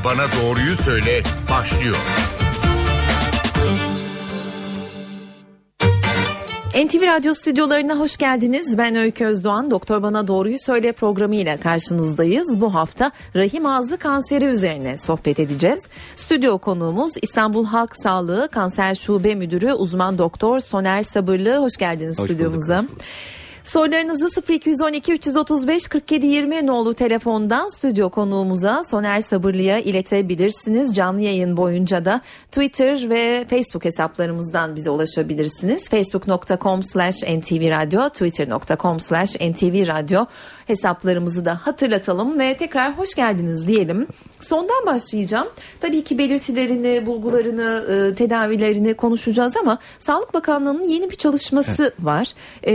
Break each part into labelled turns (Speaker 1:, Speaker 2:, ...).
Speaker 1: Bana Doğruyu Söyle başlıyor.
Speaker 2: NTV Radyo stüdyolarına hoş geldiniz. Ben Öykü Özdoğan. Doktor Bana Doğruyu Söyle programı ile karşınızdayız. Bu hafta rahim ağzı kanseri üzerine sohbet edeceğiz. Stüdyo konuğumuz İstanbul Halk Sağlığı Kanser Şube Müdürü Uzman Doktor Soner Sabırlı. Hoş geldiniz stüdyomuza. Sorularınızı 0212 335 47 20 nolu telefondan stüdyo konuğumuza Soner Sabırlı'ya iletebilirsiniz. Canlı yayın boyunca da Twitter ve Facebook hesaplarımızdan bize ulaşabilirsiniz. facebook.com/ntvradyo, twitter.com/ntvradyo hesaplarımızı da hatırlatalım ve tekrar hoş geldiniz diyelim. Sondan başlayacağım. Tabii ki belirtilerini, bulgularını, tedavilerini konuşacağız ama Sağlık Bakanlığı'nın yeni bir çalışması var.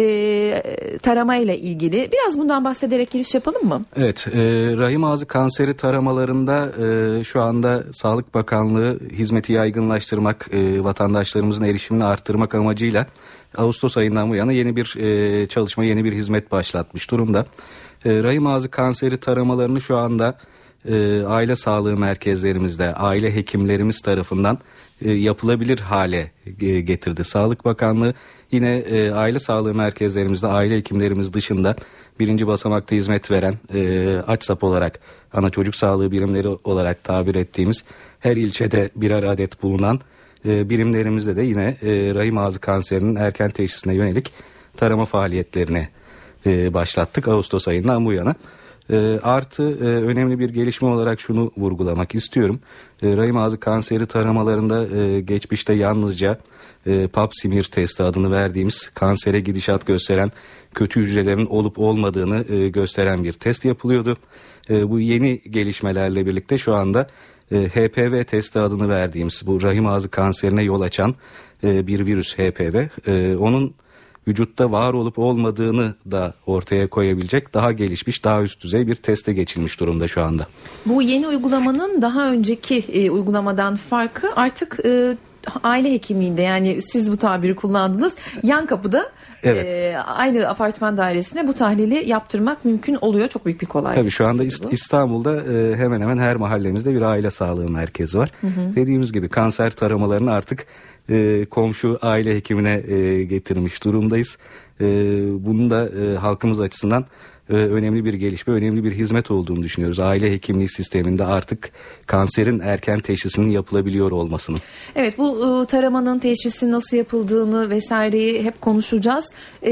Speaker 2: Tarama ile ilgili. Biraz bundan bahsederek giriş yapalım mı?
Speaker 3: Evet, rahim ağzı kanseri taramalarında şu anda Sağlık Bakanlığı hizmeti yaygınlaştırmak, vatandaşlarımızın erişimini arttırmak amacıyla Ağustos ayından bu yana yeni bir çalışma, yeni bir hizmet başlatmış durumda. Rahim ağzı kanseri taramalarını şu anda aile sağlığı merkezlerimizde, aile hekimlerimiz tarafından yapılabilir hale getirdi. Sağlık Bakanlığı yine aile sağlığı merkezlerimizde, aile hekimlerimiz dışında birinci basamakta hizmet veren AÇSAP olarak, ana çocuk sağlığı birimleri olarak tabir ettiğimiz her ilçede birer adet bulunan birimlerimizde de yine rahim ağzı kanserinin erken teşhisine yönelik tarama faaliyetlerini başlattık Ağustos ayından bu yana. Artı önemli bir gelişme olarak şunu vurgulamak istiyorum. Rahim ağzı kanseri taramalarında geçmişte yalnızca Pap smear testi adını verdiğimiz kansere gidişat gösteren kötü hücrelerin olup olmadığını gösteren bir test yapılıyordu. Bu yeni gelişmelerle birlikte şu anda HPV testi adını verdiğimiz bu rahim ağzı kanserine yol açan bir virüs HPV, onun vücutta var olup olmadığını da ortaya koyabilecek daha gelişmiş, daha üst düzey bir teste geçilmiş durumda şu anda. Bu
Speaker 2: yeni uygulamanın daha önceki uygulamadan farkı artık aile hekimliğinde, yani siz bu tabiri kullandınız, yan kapıda evet. Aynı apartman dairesinde bu tahlili yaptırmak mümkün oluyor. Çok büyük bir kolaylık.
Speaker 3: Tabii şu anda İstanbul'da hemen hemen her mahallemizde bir aile sağlığı merkezi var. Hı hı. Dediğimiz gibi kanser taramalarını artık komşu aile hekimine getirmiş durumdayız. Bunun da halkımız açısından önemli bir gelişme, önemli bir hizmet olduğunu düşünüyoruz. Aile hekimliği sisteminde artık kanserin erken teşhisinin yapılabiliyor olmasının.
Speaker 2: Evet, bu taramanın teşhisi nasıl yapıldığını vesaireyi hep konuşacağız.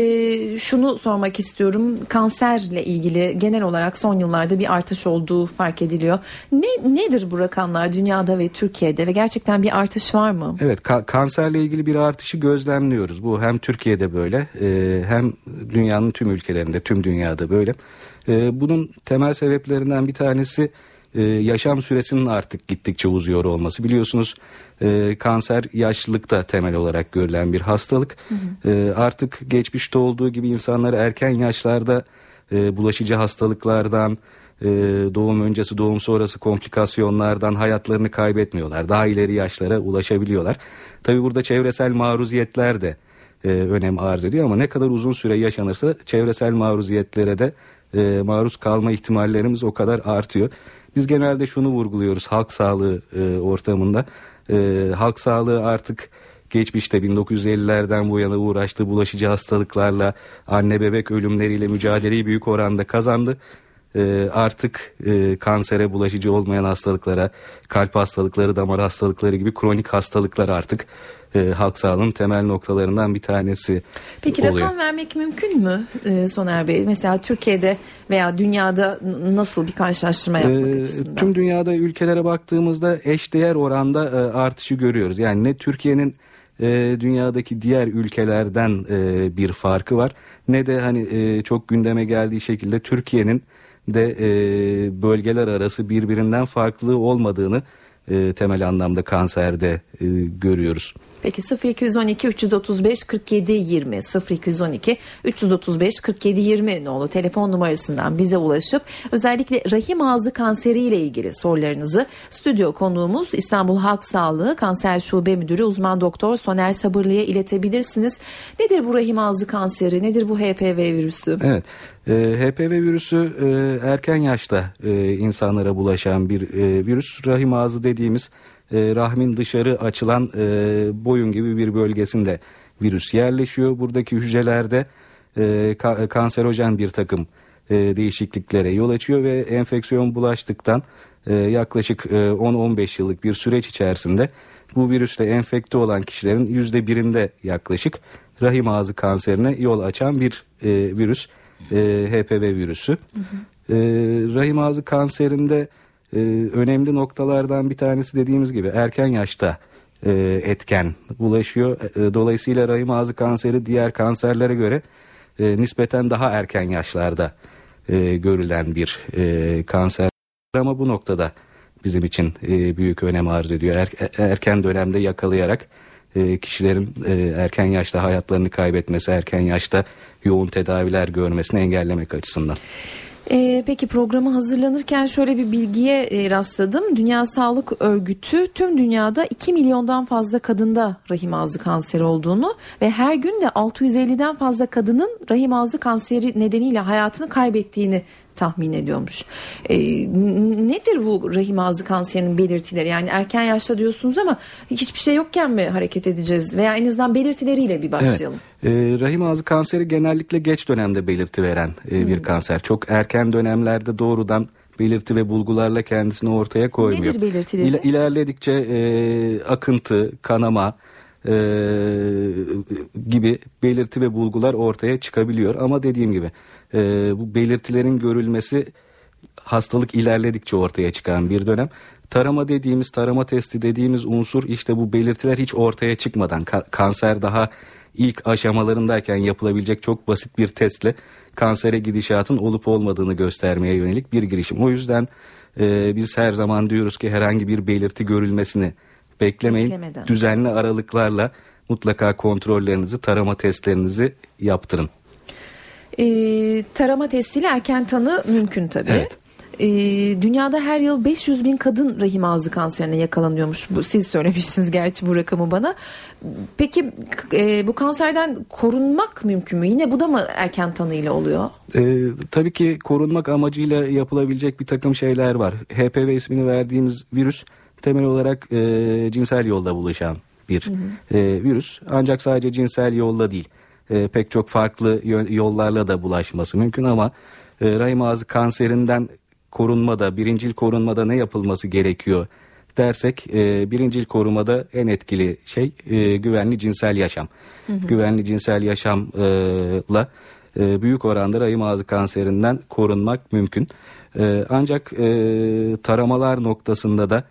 Speaker 2: Şunu sormak istiyorum. Kanserle ilgili genel olarak son yıllarda bir artış olduğu fark ediliyor. Nedir bu rakamlar dünyada ve Türkiye'de ve gerçekten bir artış var mı?
Speaker 3: Evet, kanserle ilgili bir artışı gözlemliyoruz. Bu hem Türkiye'de böyle hem dünyanın tüm ülkelerinde, tüm dünyada böyle. Bunun temel sebeplerinden bir tanesi yaşam süresinin artık gittikçe uzuyor olması. Biliyorsunuz kanser yaşlılıkta temel olarak görülen bir hastalık. Hı hı. Artık geçmişte olduğu gibi insanlar erken yaşlarda bulaşıcı hastalıklardan, doğum öncesi doğum sonrası komplikasyonlardan hayatlarını kaybetmiyorlar. Daha ileri yaşlara ulaşabiliyorlar. Tabii burada çevresel maruziyetler de önem arz ediyor ama ne kadar uzun süre yaşanırsa çevresel maruziyetlere de maruz kalma ihtimallerimiz o kadar artıyor. Biz genelde şunu vurguluyoruz halk sağlığı ortamında. Halk sağlığı artık geçmişte 1950'lerden bu yana uğraştığı bulaşıcı hastalıklarla, anne bebek ölümleriyle mücadeleyi büyük oranda kazandı. Artık kansere bulaşıcı olmayan hastalıklara, kalp hastalıkları, damar hastalıkları gibi kronik hastalıklar artık halk sağlığının temel noktalarından bir tanesi.
Speaker 2: Peki oluyor. Rakam vermek mümkün mü Soner Bey? Mesela Türkiye'de veya dünyada nasıl bir karşılaştırma yapmak açısından?
Speaker 3: Tüm dünyada ülkelere baktığımızda eşdeğer oranda artışı görüyoruz. Yani ne Türkiye'nin dünyadaki diğer ülkelerden bir farkı var, ne de hani çok gündeme geldiği şekilde Türkiye'nin de bölgeler arası birbirinden farklılığı olmadığını temel anlamda kanserde görüyoruz.
Speaker 2: Peki 0212 335 47 20 0212 335 47 20 nolu telefon numarasından bize ulaşıp özellikle rahim ağzı kanseri ile ilgili sorularınızı stüdyo konuğumuz İstanbul Halk Sağlığı Kanser Şube Müdürü Uzman Doktor Soner Sabırlı'ya iletebilirsiniz. Nedir bu rahim ağzı kanseri? Nedir bu HPV virüsü?
Speaker 3: Evet. HPV virüsü erken yaşta insanlara bulaşan bir virüs. Rahim ağzı dediğimiz rahmin dışarı açılan boyun gibi bir bölgesinde virüs yerleşiyor. Buradaki hücrelerde kanserojen bir takım değişikliklere yol açıyor ve enfeksiyon bulaştıktan yaklaşık 10-15 yıllık bir süreç içerisinde bu virüsle enfekte olan kişilerin %1'inde yaklaşık rahim ağzı kanserine yol açan bir virüs. HPV virüsü. Rahim ağzı kanserinde önemli noktalardan bir tanesi dediğimiz gibi erken yaşta etken bulaşıyor. Dolayısıyla rahim ağzı kanseri diğer kanserlere göre nispeten daha erken yaşlarda görülen bir kanser. Ama bu noktada bizim için büyük önem arz ediyor. Erken dönemde yakalayarak kişilerin erken yaşta hayatlarını kaybetmesi, erken yaşta yoğun tedaviler görmesini engellemek açısından.
Speaker 2: Peki programa hazırlanırken şöyle bir bilgiye rastladım. Dünya Sağlık Örgütü tüm dünyada 2 milyondan fazla kadında rahim ağzı kanseri olduğunu ve her gün de 650'den fazla kadının rahim ağzı kanseri nedeniyle hayatını kaybettiğini tahmin ediyormuş. Nedir bu rahim ağzı kanserinin belirtileri? Yani erken yaşta diyorsunuz ama hiçbir şey yokken mi hareket edeceğiz? Veya en azından belirtileriyle bir başlayalım.
Speaker 3: Evet. Rahim ağzı kanseri genellikle geç dönemde belirti veren bir kanser. Çok erken dönemlerde doğrudan belirti ve bulgularla kendisini ortaya koymuyor.
Speaker 2: Nedir belirtileri?
Speaker 3: İlerledikçe akıntı, kanama gibi belirti ve bulgular ortaya çıkabiliyor. Ama dediğim gibi bu belirtilerin görülmesi hastalık ilerledikçe ortaya çıkan bir dönem. Tarama testi dediğimiz unsur işte bu belirtiler hiç ortaya çıkmadan kanser daha ilk aşamalarındayken yapılabilecek çok basit bir testle kansere gidişatın olup olmadığını göstermeye yönelik bir girişim. O yüzden biz her zaman diyoruz ki herhangi bir belirti görülmesini beklemeden düzenli aralıklarla mutlaka kontrollerinizi, tarama testlerinizi yaptırın.
Speaker 2: Tarama testiyle erken tanı mümkün tabii.
Speaker 3: Evet.
Speaker 2: Dünyada her yıl 500 bin kadın rahim ağzı kanserine yakalanıyormuş. Siz söylemişsiniz gerçi bu rakamı bana. Peki bu kanserden korunmak mümkün mü? Yine bu da mı erken tanıyla oluyor?
Speaker 3: Tabii ki korunmak amacıyla yapılabilecek bir takım şeyler var. HPV ismini verdiğimiz virüs temel olarak cinsel yolda bulaşan bir virüs. Ancak sadece cinsel yolla değil. Pek çok farklı yollarla da bulaşması mümkün ama rahim ağzı kanserinden korunmada, birincil korunmada ne yapılması gerekiyor dersek birincil korumada en etkili şey güvenli cinsel yaşam. Güvenli cinsel yaşamla büyük oranda rahim ağzı kanserinden korunmak mümkün. Ancak taramalar noktasında da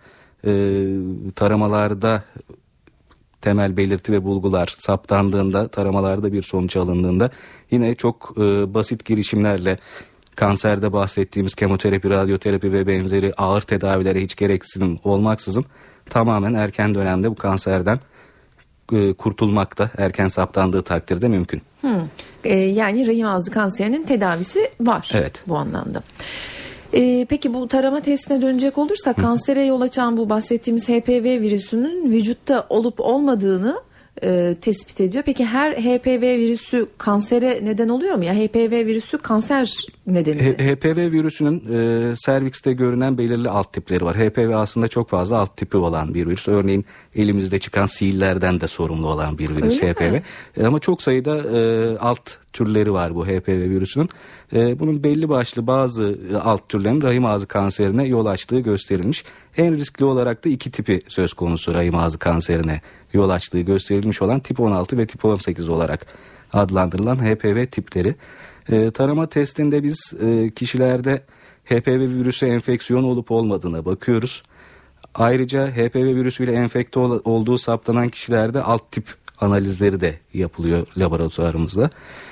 Speaker 3: taramalarda temel belirti ve bulgular saptandığında, taramalarda bir sonuç alındığında yine çok basit girişimlerle kanserde bahsettiğimiz kemoterapi, radyoterapi ve benzeri ağır tedavilere hiç gereksinim olmaksızın tamamen erken dönemde bu kanserden kurtulmak da erken saptandığı takdirde mümkün.
Speaker 2: Yani rahim ağzı kanserinin tedavisi var.
Speaker 3: Evet.
Speaker 2: Bu anlamda. Peki bu tarama testine dönecek olursak kansere yol açan bu bahsettiğimiz HPV virüsünün vücutta olup olmadığını tespit ediyor. Peki her HPV virüsü kansere neden oluyor mu? Ya HPV virüsü kanser nedeni mi?
Speaker 3: HPV virüsünün servikste görünen belirli alt tipleri var. HPV aslında çok fazla alt tipi olan bir virüs. Örneğin elimizde çıkan siillerden de sorumlu olan bir virüs HPV. Ama çok sayıda alt türleri var bu HPV virüsünün. Bunun belli başlı bazı alt türlerin rahim ağzı kanserine yol açtığı gösterilmiş. En riskli olarak da iki tipi söz konusu rahim ağzı kanserine yol açtığı gösterilmiş olan tip 16 ve tip 18 olarak adlandırılan HPV tipleri. Tarama testinde biz kişilerde HPV virüsü enfeksiyon olup olmadığına bakıyoruz. Ayrıca HPV virüsüyle enfekte olduğu saptanan kişilerde alt tip analizleri de yapılıyor laboratuvarımızda.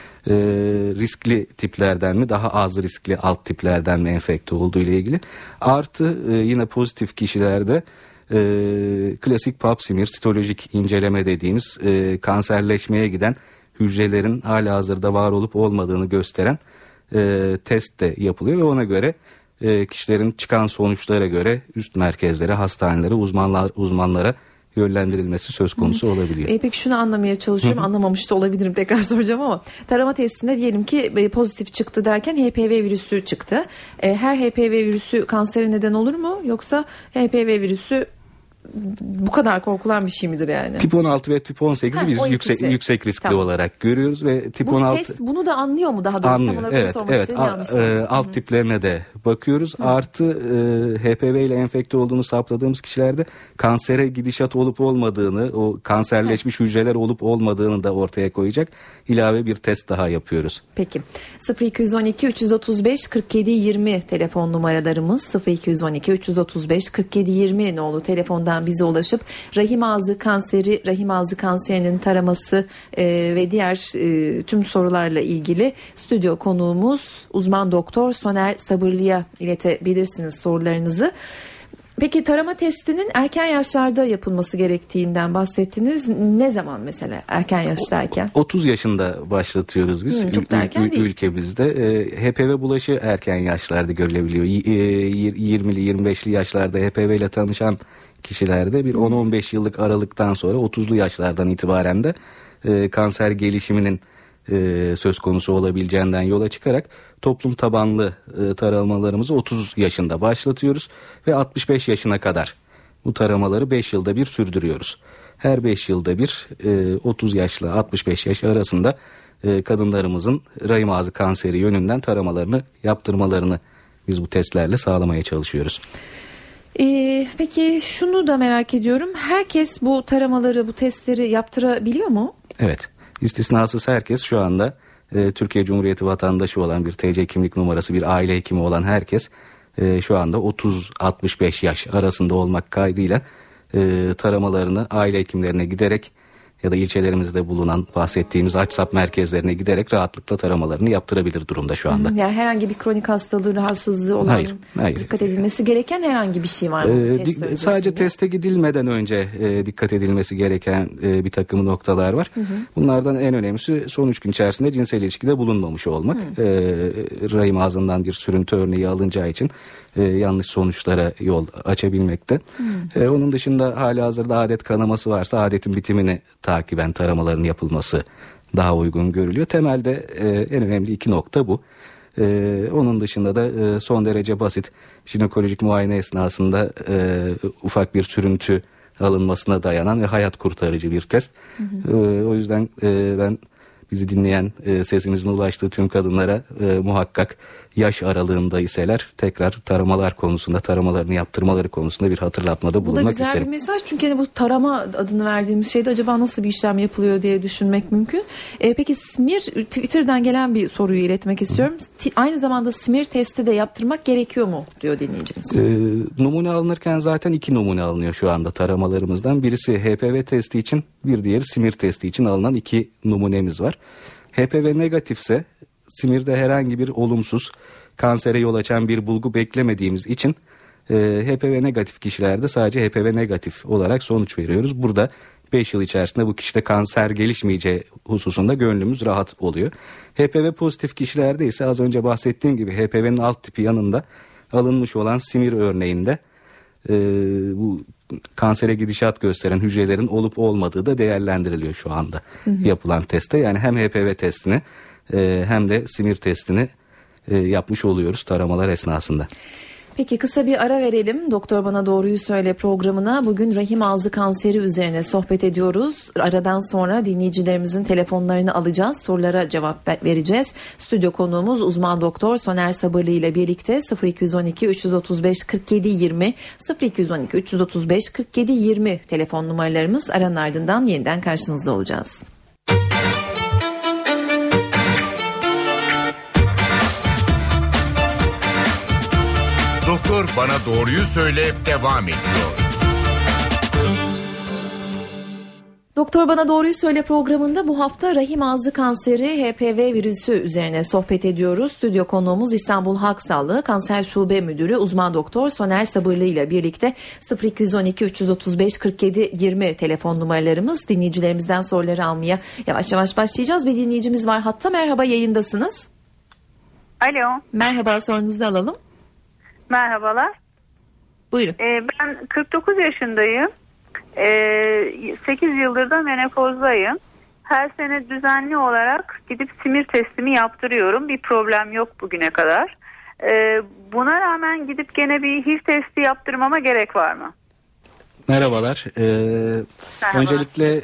Speaker 3: Riskli tiplerden mi daha az riskli alt tiplerden mi enfekte olduğu ile ilgili. Artı yine pozitif kişilerde klasik pap smear, sitolojik inceleme dediğimiz kanserleşmeye giden hücrelerin halihazırda var olup olmadığını gösteren test de yapılıyor ve ona göre kişilerin çıkan sonuçlara göre üst merkezlere, hastanelere, uzmanlara yönlendirilmesi söz konusu olabiliyor.
Speaker 2: Peki şunu anlamaya çalışıyorum. Anlamamış da olabilirim, tekrar soracağım ama tarama testinde diyelim ki pozitif çıktı derken HPV virüsü çıktı. Her HPV virüsü kansere neden olur mu? Yoksa HPV virüsü bu kadar korkulan bir şey midir yani?
Speaker 3: Tip 16 ve tip 18'i biz yüksek riskli olarak görüyoruz ve tip
Speaker 2: bu
Speaker 3: 16
Speaker 2: test bunu da anlıyor mu, daha doğrusu?
Speaker 3: Anlıyor. Evet. Alt tiplerine de bakıyoruz. Artı HPV ile enfekte olduğunu saptadığımız kişilerde kansere gidişat olup olmadığını, o kanserleşmiş hücreler olup olmadığını da ortaya koyacak ilave bir test daha yapıyoruz.
Speaker 2: Peki. 0212 335 47 20 telefon numaralarımız. 0212 335 47 20 nolu telefondan bize ulaşıp rahim ağzı kanseri, rahim ağzı kanserinin taraması ve diğer tüm sorularla ilgili stüdyo konuğumuz uzman doktor Soner Sabırlı'ya iletebilirsiniz sorularınızı. Peki tarama testinin erken yaşlarda yapılması gerektiğinden bahsettiniz. Ne zaman mesela erken yaş derken?
Speaker 3: 30 yaşında başlatıyoruz biz ülkemizde. HPV bulaşı erken yaşlarda görülebiliyor. 20'li 25'li yaşlarda HPV ile tanışan kişilerde bir 10-15 yıllık aralıktan sonra 30'lu yaşlardan itibaren de kanser gelişiminin söz konusu olabileceğinden yola çıkarak toplum tabanlı taramalarımızı 30 yaşında başlatıyoruz ve 65 yaşına kadar bu taramaları 5 yılda bir sürdürüyoruz. Her 5 yılda bir 30 yaşla 65 yaş arasında kadınlarımızın rahim ağzı kanseri yönünden taramalarını yaptırmalarını biz bu testlerle sağlamaya çalışıyoruz.
Speaker 2: Peki şunu da merak ediyorum. Herkes bu taramaları, bu testleri yaptırabiliyor mu?
Speaker 3: Evet. İstisnasız herkes şu anda Türkiye Cumhuriyeti vatandaşı olan, bir TC kimlik numarası, bir aile hekimi olan herkes şu anda 30-65 yaş arasında olmak kaydıyla taramalarını aile hekimlerine giderek ya da ilçelerimizde bulunan bahsettiğimiz AÇSAP merkezlerine giderek rahatlıkla taramalarını yaptırabilir durumda şu anda.
Speaker 2: Yani herhangi bir kronik hastalığı, rahatsızlığı olan, hayır. Dikkat edilmesi gereken herhangi bir şey var mı?
Speaker 3: Sadece teste gidilmeden önce dikkat edilmesi gereken bir takım noktalar var. Bunlardan en önemlisi son 3 gün içerisinde cinsel ilişkide bulunmamış olmak. Rahim ağzından bir sürüntü örneği alınacağı için yanlış sonuçlara yol açabilmekte. Onun dışında halihazırda adet kanaması varsa adetin bitimini takiben taramaların yapılması daha uygun görülüyor. Temelde en önemli 2 nokta bu. Onun dışında da son derece basit jinekolojik muayene esnasında ufak bir sürüntü alınmasına dayanan ve hayat kurtarıcı bir test. O yüzden ben bizi dinleyen, sesimizin ulaştığı tüm kadınlara muhakkak yaş aralığında iseler tekrar taramalar konusunda, taramalarını yaptırmaları konusunda bir hatırlatmada bulunmak isterim.
Speaker 2: Bu da güzel bir mesaj, çünkü hani bu tarama adını verdiğimiz şeyde acaba nasıl bir işlem yapılıyor diye düşünmek mümkün. Peki smear, Twitter'dan gelen bir soruyu iletmek istiyorum. Aynı zamanda smear testi de yaptırmak gerekiyor mu diyor dinleyicimiz.
Speaker 3: Numune alınırken zaten 2 numune alınıyor şu anda taramalarımızdan. Birisi HPV testi için, bir diğeri smear testi için alınan 2 numunemiz var. HPV negatifse smear'de herhangi bir olumsuz kansere yol açan bir bulgu beklemediğimiz için HPV negatif kişilerde sadece HPV negatif olarak sonuç veriyoruz. Burada 5 yıl içerisinde bu kişide kanser gelişmeyeceği hususunda gönlümüz rahat oluyor. HPV pozitif kişilerde ise az önce bahsettiğim gibi HPV'nin alt tipi yanında alınmış olan smear örneğinde bu kansere gidişat gösteren hücrelerin olup olmadığı da değerlendiriliyor şu anda yapılan testte. Yani hem HPV testini hem de smear testini yapmış oluyoruz taramalar esnasında.
Speaker 2: Peki kısa bir ara verelim. Doktor Bana Doğruyu Söyle programına. Bugün rahim ağzı kanseri üzerine sohbet ediyoruz. Aradan sonra dinleyicilerimizin telefonlarını alacağız. Sorulara cevap vereceğiz. Stüdyo konuğumuz uzman doktor Soner Sabırlı ile birlikte 0212 335 47 20 0212 335 47 20 telefon numaralarımız. Aranın ardından yeniden karşınızda olacağız.
Speaker 1: Doktor Bana Doğruyu Söyle devam ediyor.
Speaker 2: Doktor Bana Doğruyu Söyle programında bu hafta rahim ağzı kanseri HPV virüsü üzerine sohbet ediyoruz. Stüdyo konuğumuz İstanbul Halk Sağlığı Kanser Şube Müdürü Uzman Doktor Soner Sabırlı ile birlikte 0212 335 47 20 telefon numaralarımız. Dinleyicilerimizden soruları almaya yavaş yavaş başlayacağız. Bir dinleyicimiz var hatta. Merhaba, yayındasınız.
Speaker 4: Alo.
Speaker 2: Merhaba, sorunuzu alalım.
Speaker 4: Merhabalar.
Speaker 2: Buyurun.
Speaker 4: Ben 49 yaşındayım. 8 yıldır da menopozdayım. Her sene düzenli olarak gidip simir testimi yaptırıyorum. Bir problem yok bugüne kadar. Buna rağmen gidip gene bir HIV testi yaptırmama gerek var mı?
Speaker 3: Merhabalar.
Speaker 4: Merhaba.
Speaker 3: Öncelikle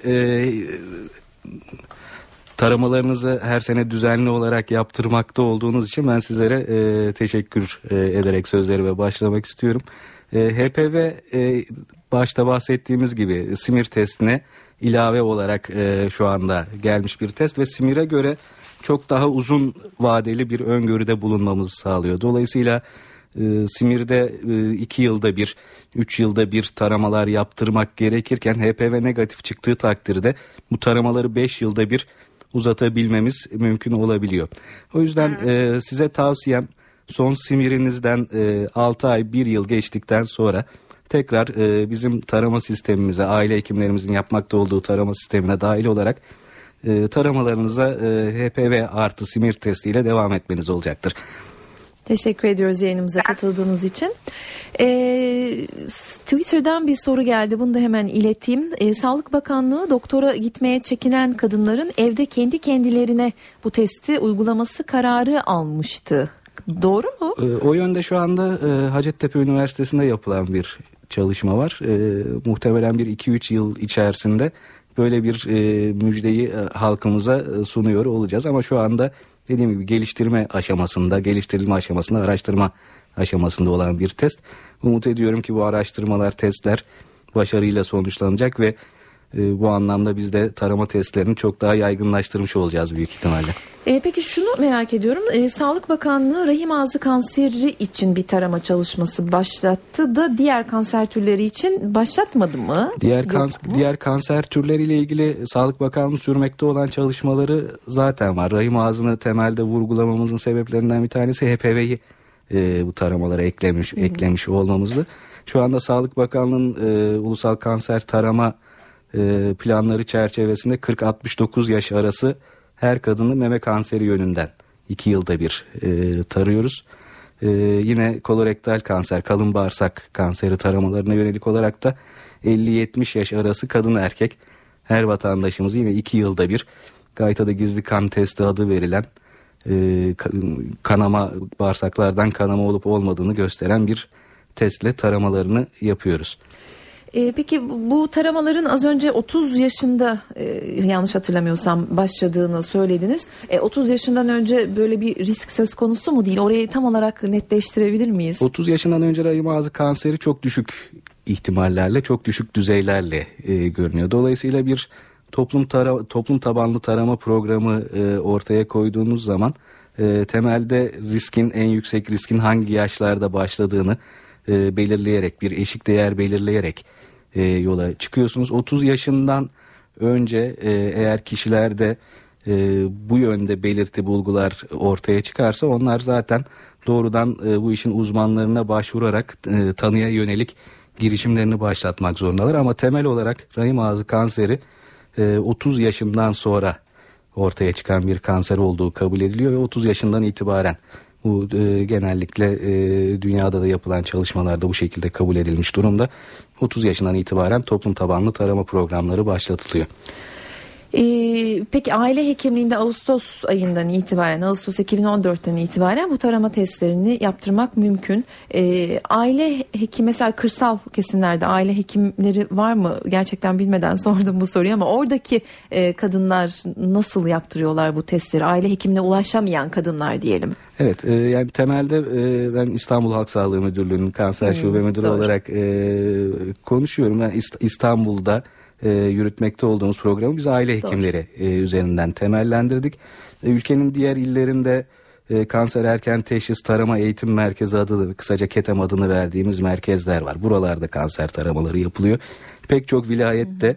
Speaker 3: taramalarınızı her sene düzenli olarak yaptırmakta olduğunuz için ben sizlere teşekkür ederek sözlerime başlamak istiyorum. HPV başta bahsettiğimiz gibi simir testine ilave olarak şu anda gelmiş bir test ve simire göre çok daha uzun vadeli bir öngörüde bulunmamızı sağlıyor. Dolayısıyla simirde 2 yılda bir, 3 yılda bir taramalar yaptırmak gerekirken HPV negatif çıktığı takdirde bu taramaları 5 yılda bir uzatabilmemiz mümkün olabiliyor. O yüzden size tavsiyem son simirinizden 6 ay 1 yıl geçtikten sonra tekrar bizim tarama sistemimize, aile hekimlerimizin yapmakta olduğu tarama sistemine dahil olarak taramalarınıza HPV artı simir testiyle devam etmeniz olacaktır.
Speaker 2: Teşekkür ediyoruz yayınımıza katıldığınız için. Twitter'dan bir soru geldi. Bunu da hemen ileteyim. Sağlık Bakanlığı doktora gitmeye çekinen kadınların evde kendi kendilerine bu testi uygulaması kararı almıştı. Doğru mu?
Speaker 3: O yönde şu anda Hacettepe Üniversitesi'nde yapılan bir çalışma var. Muhtemelen bir 2-3 yıl içerisinde böyle bir müjdeyi halkımıza sunuyor olacağız. Ama şu anda dediğim gibi geliştirilme aşamasında, araştırma aşamasında olan bir test. Umut ediyorum ki bu araştırmalar, testler başarıyla sonuçlanacak ve bu anlamda biz de tarama testlerini çok daha yaygınlaştırmış olacağız büyük ihtimalle.
Speaker 2: Peki şunu merak ediyorum. Sağlık Bakanlığı rahim ağzı kanseri için bir tarama çalışması başlattı da diğer kanser türleri için başlatmadı mı?
Speaker 3: Diğer kanser türleriyle ilgili Sağlık Bakanlığı sürmekte olan çalışmaları zaten var. Rahim ağzını temelde vurgulamamızın sebeplerinden bir tanesi HPV'yi bu taramalara eklemiş olmamızdı. Şu anda Sağlık Bakanlığı'nın ulusal kanser tarama planları çerçevesinde 40-69 yaş arası her kadını meme kanseri yönünden 2 yılda bir tarıyoruz. Yine kolorektal kanser, kalın bağırsak kanseri taramalarına yönelik olarak da 50-70 yaş arası kadın erkek her vatandaşımızı yine 2 yılda bir gaytada gizli kan testi adı verilen kanama, bağırsaklardan kanama olup olmadığını gösteren bir testle taramalarını yapıyoruz.
Speaker 2: Peki bu taramaların az önce 30 yaşında yanlış hatırlamıyorsam başladığını söylediniz. 30 yaşından önce böyle bir risk söz konusu mu değil? Orayı tam olarak netleştirebilir miyiz?
Speaker 3: 30 yaşından önce rahim ağzı kanseri çok düşük ihtimallerle, çok düşük düzeylerle görünüyor. Dolayısıyla bir toplum tabanlı tarama programı ortaya koyduğunuz zaman temelde en yüksek riskin hangi yaşlarda başladığını belirleyerek, bir eşik değer belirleyerek yola çıkıyorsunuz. 30 yaşından önce eğer kişilerde bu yönde belirti bulgular ortaya çıkarsa onlar zaten doğrudan bu işin uzmanlarına başvurarak tanıya yönelik girişimlerini başlatmak zorundalar. Ama temel olarak rahim ağzı kanseri 30 yaşından sonra ortaya çıkan bir kanser olduğu kabul ediliyor ve 30 yaşından itibaren bu genellikle dünyada da yapılan çalışmalarda bu şekilde kabul edilmiş durumda. 30 yaşından itibaren toplum tabanlı tarama programları başlatılıyor.
Speaker 2: Peki aile hekimliğinde Ağustos ayından itibaren, Ağustos 2014'ten itibaren bu tarama testlerini yaptırmak mümkün. Aile hekim, mesela kırsal kesimlerde aile hekimleri var mı? Gerçekten bilmeden sordum bu soruyu ama oradaki kadınlar nasıl yaptırıyorlar bu testleri? Aile hekimine ulaşamayan kadınlar diyelim.
Speaker 3: Evet, yani temelde ben İstanbul Halk Sağlığı Müdürlüğü'nün kanser şube müdürü olarak konuşuyorum. Yani İstanbul'da yürütmekte olduğumuz programı biz aile hekimleri üzerinden temellendirdik. Ülkenin diğer illerinde kanser erken teşhis tarama eğitim merkezi adı, kısaca KETEM adını verdiğimiz merkezler var. Buralarda kanser taramaları yapılıyor. Pek çok vilayette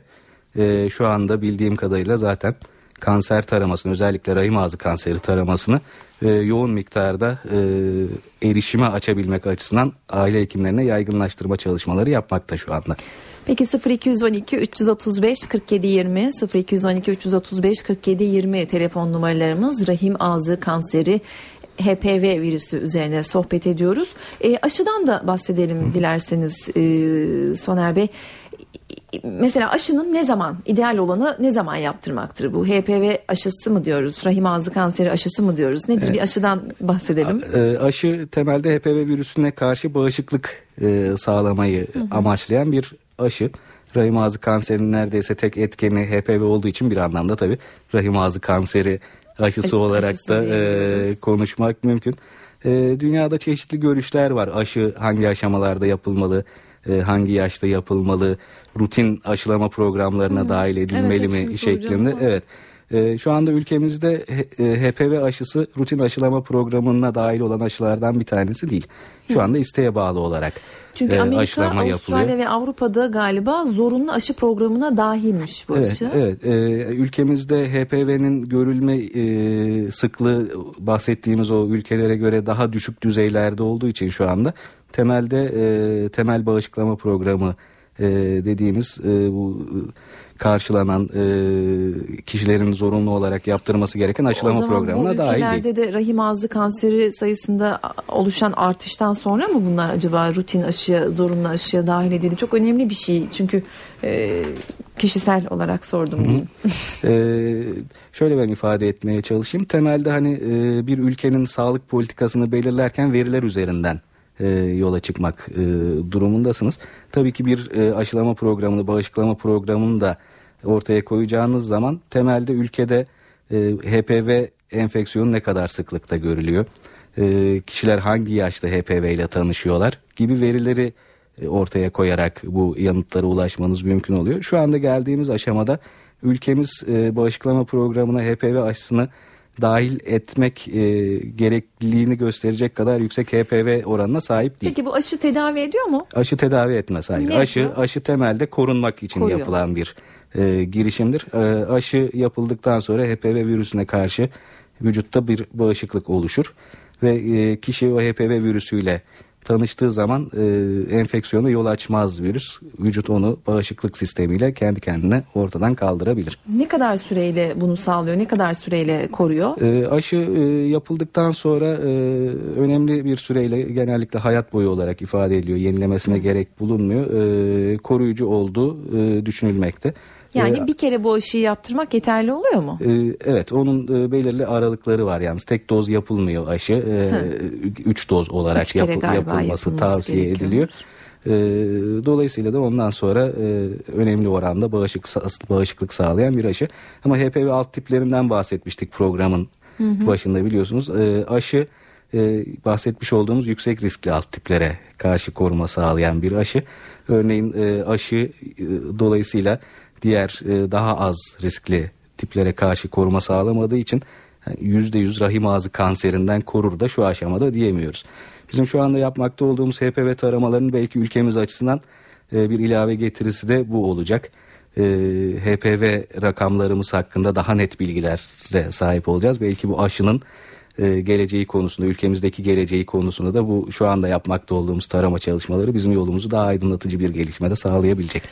Speaker 3: şu anda bildiğim kadarıyla zaten kanser taramasını, özellikle rahim ağzı kanseri taramasını yoğun miktarda erişime açabilmek açısından aile hekimlerine yaygınlaştırma çalışmaları yapmakta şu anda.
Speaker 2: Peki 0212 335 47 20 0212 335 47 20 telefon numaralarımız. Rahim ağzı kanseri, HPV virüsü üzerine sohbet ediyoruz. Aşıdan da bahsedelim dilerseniz Soner Bey. Mesela aşının ne zaman, ideal olanı ne zaman yaptırmaktır? Bu HPV aşısı mı diyoruz, rahim ağzı kanseri aşısı mı diyoruz? Nedir? Evet. Bir aşıdan bahsedelim.
Speaker 3: Aşı temelde HPV virüsüne karşı bağışıklık sağlamayı amaçlayan bir aşı. Rahim ağzı kanserinin neredeyse tek etkeni HPV olduğu için bir anlamda tabii rahim ağzı kanseri aşısı olarak da konuşmak mümkün. Dünyada çeşitli görüşler var. Aşı hangi aşamalarda yapılmalı, hangi yaşta yapılmalı, rutin aşılama programlarına dahil edilmeli mi şeklinde. Evet. Şu anda ülkemizde HPV aşısı rutin aşılama programına dahil olan aşılardan bir tanesi değil. Şu anda isteğe bağlı olarak
Speaker 2: çünkü Amerika,
Speaker 3: aşılama
Speaker 2: Avustralya
Speaker 3: yapılıyor.
Speaker 2: Ve Avrupa'da galiba zorunlu aşı programına dahilmiş bu aşı.
Speaker 3: Evet. Ülkemizde HPV'nin görülme sıklığı bahsettiğimiz o ülkelere göre daha düşük düzeylerde olduğu için şu anda temel bağışıklama programı dediğimiz bu karşılanan kişilerin zorunlu olarak yaptırması gereken aşılama programına dahil değil. O zaman bu
Speaker 2: ülkelerde de rahim ağzı kanseri sayısında oluşan artıştan sonra mı bunlar acaba rutin aşıya, zorunlu aşıya dahil edildi? Çok önemli bir şey çünkü kişisel olarak sordum diyeyim.
Speaker 3: Şöyle ben ifade etmeye çalışayım. Temelde hani bir ülkenin sağlık politikasını belirlerken veriler üzerinden yola çıkmak durumundasınız. Tabii ki bir aşılama programını, bağışıklama programını da ortaya koyacağınız zaman temelde ülkede HPV enfeksiyonu ne kadar sıklıkta görülüyor, kişiler hangi yaşta HPV ile tanışıyorlar gibi verileri ortaya koyarak bu yanıtlara ulaşmanız mümkün oluyor. Şu anda geldiğimiz aşamada ülkemiz bağışıklama programına HPV aşısını dahil etmek gerekliliğini gösterecek kadar yüksek HPV oranına sahip değil.
Speaker 2: Peki bu aşı tedavi ediyor mu?
Speaker 3: Aşı tedavi etmez. Hayır. Aşı temelde korunmak için yapılan bir girişimdir. Aşı yapıldıktan sonra HPV virüsüne karşı vücutta bir bağışıklık oluşur ve kişi o HPV virüsüyle tanıştığı zaman enfeksiyona yol açmaz virüs. Vücut onu bağışıklık sistemiyle kendi kendine ortadan kaldırabilir. Ne
Speaker 2: kadar süreyle bunu sağlıyor? Ne kadar süreyle koruyor?
Speaker 3: Aşı yapıldıktan sonra önemli bir süreyle, genellikle hayat boyu olarak ifade ediliyor. Yenilemesine gerek bulunmuyor. Koruyucu olduğu düşünülmekte.
Speaker 2: Yani bir kere bu aşıyı yaptırmak yeterli oluyor mu?
Speaker 3: Evet, onun belirli aralıkları var. Yalnız tek doz yapılmıyor aşı. 3 doz olarak yapılması tavsiye ediliyor. Dolayısıyla da ondan sonra önemli oranda bağışıklık sağlayan bir aşı. Ama HPV alt tiplerinden bahsetmiştik programın başında, biliyorsunuz. Aşı bahsetmiş olduğumuz yüksek riskli alt tiplere karşı koruma sağlayan bir aşı. Örneğin aşı dolayısıyla diğer daha az riskli tiplere karşı koruma sağlamadığı için %100 rahim ağzı kanserinden korur da şu aşamada diyemiyoruz. Bizim şu anda yapmakta olduğumuz HPV taramalarının belki ülkemiz açısından bir ilave getirisi de bu olacak. HPV rakamlarımız hakkında daha net bilgilere sahip olacağız. Belki bu aşının geleceği konusunda, ülkemizdeki geleceği konusunda da bu şu anda yapmakta olduğumuz tarama çalışmaları bizim yolumuzu daha aydınlatıcı bir gelişmede sağlayabilecek.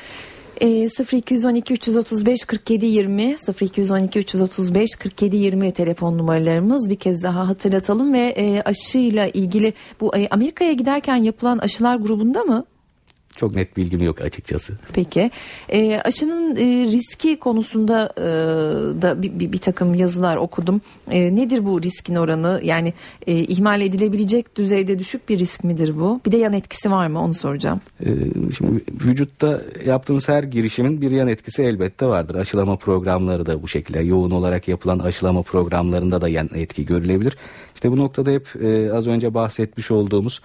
Speaker 2: 0212 335 47 20 0212 335 47 20 telefon numaralarımız, bir kez daha hatırlatalım ve aşıyla ilgili bu Amerika'ya giderken yapılan aşılar grubunda mı?
Speaker 3: Çok net bilgim yok açıkçası.
Speaker 2: Peki. Aşının riski konusunda da bir takım yazılar okudum. Nedir bu riskin oranı? Yani ihmal edilebilecek düzeyde düşük bir risk midir bu? Bir de yan etkisi var mı? Onu soracağım.
Speaker 3: Şimdi vücutta yaptığınız her girişimin bir yan etkisi elbette vardır. Aşılama programları da bu şekilde. Yoğun olarak yapılan aşılama programlarında da yan etki görülebilir. İşte bu noktada hep az önce bahsetmiş olduğumuz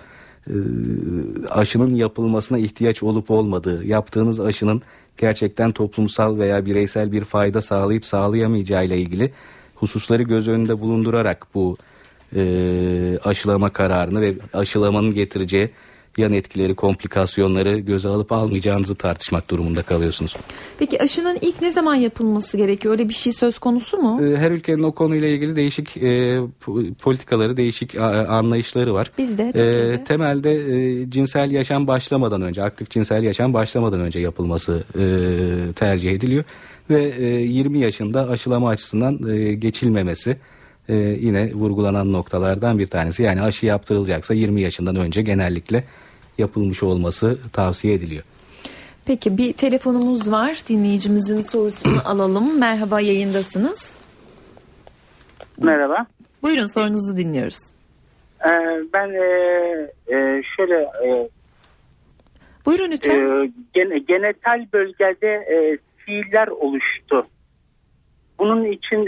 Speaker 3: aşının yapılmasına ihtiyaç olup olmadığı, yaptığınız aşının gerçekten toplumsal veya bireysel bir fayda sağlayıp sağlayamayacağı ile ilgili hususları göz önünde bulundurarak bu aşılama kararını ve aşılamanın getireceği yan etkileri, komplikasyonları göze alıp almayacağınızı tartışmak durumunda kalıyorsunuz.
Speaker 2: Peki aşının ilk ne zaman yapılması gerekiyor? Öyle bir şey söz konusu mu?
Speaker 3: Her ülkenin o konuyla ilgili değişik politikaları, değişik anlayışları var.
Speaker 2: Bizde Türkiye'de.
Speaker 3: Temelde cinsel yaşam başlamadan önce, aktif cinsel yaşam başlamadan önce yapılması tercih ediliyor. Ve 20 yaşında aşılama açısından geçilmemesi yine vurgulanan noktalardan bir tanesi. Yani aşı yaptırılacaksa 20 yaşından önce genellikle yapılmış olması tavsiye ediliyor.
Speaker 2: Peki bir telefonumuz var. Dinleyicimizin sorusunu alalım. Merhaba, yayındasınız.
Speaker 5: Merhaba.
Speaker 2: Buyurun, sorunuzu dinliyoruz.
Speaker 5: Ben şöyle
Speaker 2: Buyurun lütfen.
Speaker 5: genital bölgede siiller oluştu. Bunun için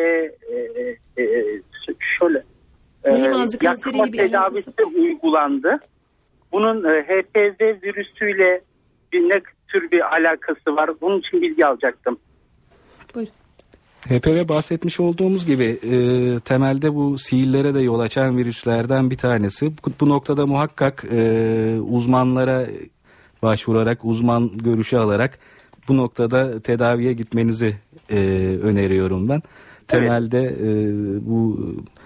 Speaker 5: şöyle yakma tedavisi uygulandı. Bunun HPV virüsüyle ne tür bir alakası var? Bunun için bilgi alacaktım.
Speaker 2: Buyurun.
Speaker 3: HPV bahsetmiş olduğumuz gibi temelde bu siillere de yol açan virüslerden bir tanesi. Bu noktada muhakkak uzmanlara başvurarak, uzman görüşü alarak bu noktada tedaviye gitmenizi öneriyorum ben. Temelde bu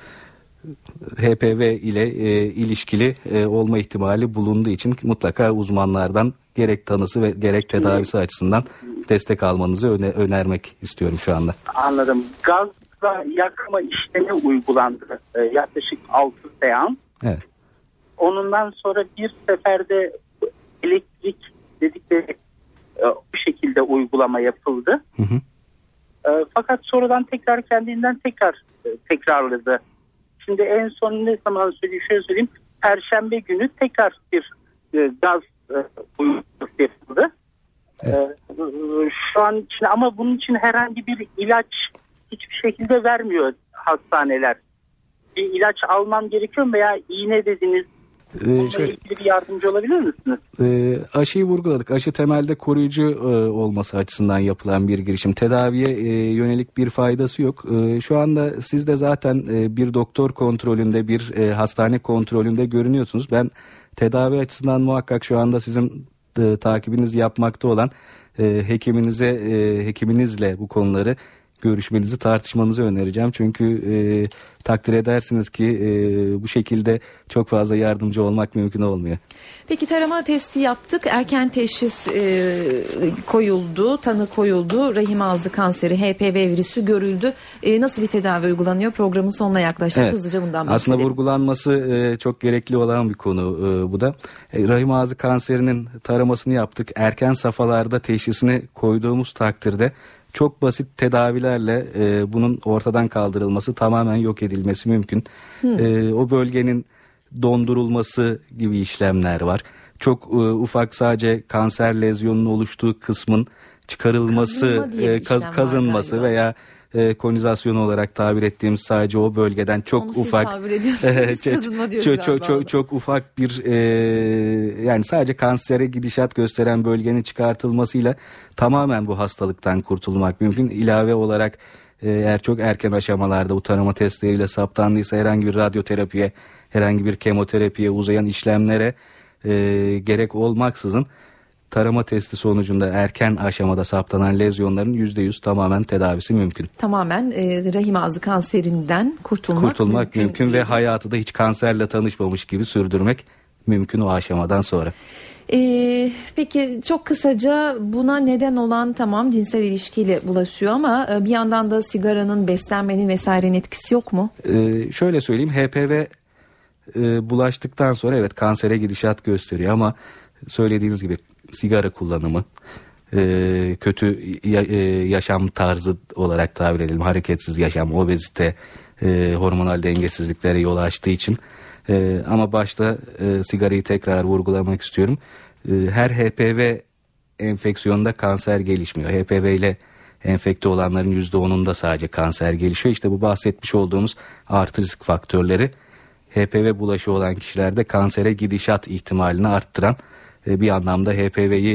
Speaker 3: HPV ile ilişkili olma ihtimali bulunduğu için mutlaka uzmanlardan gerek tanısı ve gerek tedavisi açısından destek almanızı önermek istiyorum şu anda.
Speaker 5: Anladım. Gazla yakma işlemi uygulandı. Yaklaşık 6 seans.
Speaker 3: Evet.
Speaker 5: Ondan sonra bir seferde elektrik dedikleri bu şekilde uygulama yapıldı.
Speaker 3: Hı hı.
Speaker 5: Fakat sonradan kendinden tekrarladı. Şimdi en son ne zaman söyleyeyim. Perşembe günü tekrar bir gaz uygulaması yapıldı.
Speaker 3: Evet.
Speaker 5: Şu an için ama bunun için herhangi bir ilaç hiçbir şekilde vermiyor hastaneler. Bir ilaç almam gerekiyor mu veya iğne dediniz? Bununla ilgili bir yardımcı olabilir misiniz?
Speaker 3: Aşıyı vurguladık. Aşı temelde koruyucu olması açısından yapılan bir girişim. Tedaviye yönelik bir faydası yok. Şu anda siz de zaten bir doktor kontrolünde, bir hastane kontrolünde görünüyorsunuz. Ben tedavi açısından muhakkak şu anda sizin takibinizi yapmakta olan hekiminizle bu konuları görüşmenizi, tartışmanızı önereceğim. Çünkü takdir edersiniz ki bu şekilde çok fazla yardımcı olmak mümkün olmuyor.
Speaker 2: Peki tarama testi yaptık. Erken teşhis koyuldu, tanı koyuldu. Rahim ağzı kanseri, HPV virüsü görüldü. Nasıl bir tedavi uygulanıyor? Programın sonuna yaklaştık. Evet. Hızlıca bundan bahsedelim.
Speaker 3: Aslında vurgulanması çok gerekli olan bir konu bu da. Rahim ağzı kanserinin taramasını yaptık. Erken safhalarda teşhisini koyduğumuz takdirde çok basit tedavilerle bunun ortadan kaldırılması, tamamen yok edilmesi mümkün. O bölgenin dondurulması gibi işlemler var. Çok ufak sadece kanser lezyonunun oluştuğu kısmın çıkarılması, kazınması veya konizasyon olarak tabir ettiğimiz sadece o bölgeden çok
Speaker 2: onu
Speaker 3: ufak çok ufak bir yani sadece kansere gidişat gösteren bölgenin çıkartılmasıyla tamamen bu hastalıktan kurtulmak mümkün. İlave olarak eğer çok erken aşamalarda bu tarama testleriyle saptandıysa herhangi bir radyoterapiye, herhangi bir kemoterapiye uzayan işlemlere gerek olmaksızın tarama testi sonucunda erken aşamada saptanan lezyonların %100 tamamen tedavisi mümkün.
Speaker 2: Tamamen rahim ağzı kanserinden kurtulmak
Speaker 3: mümkün ve hayatı da hiç kanserle tanışmamış gibi sürdürmek mümkün o aşamadan sonra.
Speaker 2: Peki çok kısaca buna neden olan tamam cinsel ilişkiyle bulaşıyor ama bir yandan da sigaranın, beslenmenin vesairenin etkisi yok mu?
Speaker 3: Şöyle söyleyeyim, HPV bulaştıktan sonra evet kansere gidişat gösteriyor ama söylediğiniz gibi sigara kullanımı, kötü yaşam tarzı olarak tabir edelim, hareketsiz yaşam, obezite, hormonal dengesizliklere yol açtığı için ama başta sigarayı tekrar vurgulamak istiyorum. Her HPV enfeksiyonda kanser gelişmiyor. HPV ile enfekte olanların %10'unda sadece kanser gelişiyor. İşte bu bahsetmiş olduğumuz artı risk faktörleri HPV bulaşı olan kişilerde kansere gidişat ihtimalini arttıran, bir anlamda HPV'yi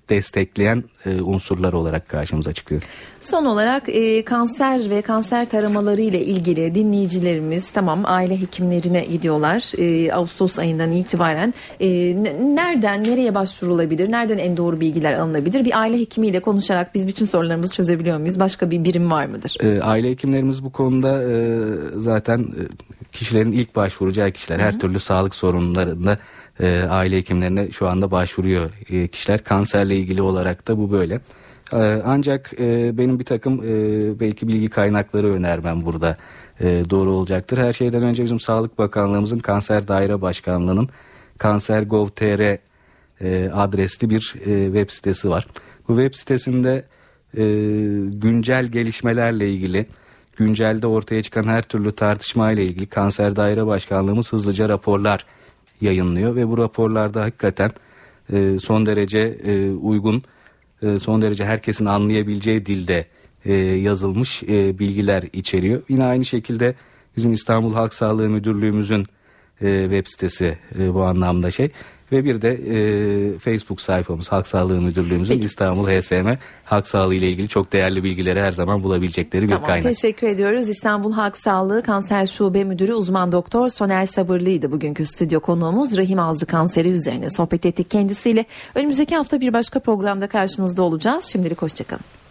Speaker 3: destekleyen unsurlar olarak karşımıza çıkıyor.
Speaker 2: Son olarak kanser ve kanser taramaları ile ilgili dinleyicilerimiz tamam aile hekimlerine gidiyorlar Ağustos ayından itibaren nereden nereye başvurulabilir, nereden en doğru bilgiler alınabilir? Bir aile hekimiyle konuşarak biz bütün sorularımızı çözebiliyor muyuz? Başka bir birim var mıdır?
Speaker 3: Aile hekimlerimiz bu konuda zaten kişilerin ilk başvuracağı kişiler. Her türlü sağlık sorunlarında aile hekimlerine şu anda başvuruyor kişiler. Kanserle ilgili olarak da bu böyle. Ancak benim bir takım belki bilgi kaynakları önermem burada doğru olacaktır. Her şeyden önce bizim Sağlık Bakanlığımızın Kanser Daire Başkanlığı'nın kanser.gov.tr adresli bir web sitesi var. Bu web sitesinde güncel gelişmelerle ilgili, güncelde ortaya çıkan her türlü tartışma ile ilgili Kanser Daire Başkanlığımız hızlıca raporlar yayınlıyor ve bu raporlarda hakikaten son derece uygun, son derece herkesin anlayabileceği dilde yazılmış bilgiler içeriyor. Yine aynı şekilde bizim İstanbul Halk Sağlığı Müdürlüğümüzün web sitesi bu anlamda ve bir de Facebook sayfamız Halk Sağlığı Müdürlüğümüzün İstanbul HSM Halk Sağlığı ile ilgili çok değerli bilgileri her zaman bulabilecekleri bir kaynak.
Speaker 2: Teşekkür ediyoruz. İstanbul Halk Sağlığı Kanser Şube Müdürü Uzman Doktor Soner Sabırlı'ydı bugünkü stüdyo konuğumuz. Rahim ağzı kanseri üzerine sohbet ettik kendisiyle. Önümüzdeki hafta bir başka programda karşınızda olacağız. Şimdilik hoşçakalın.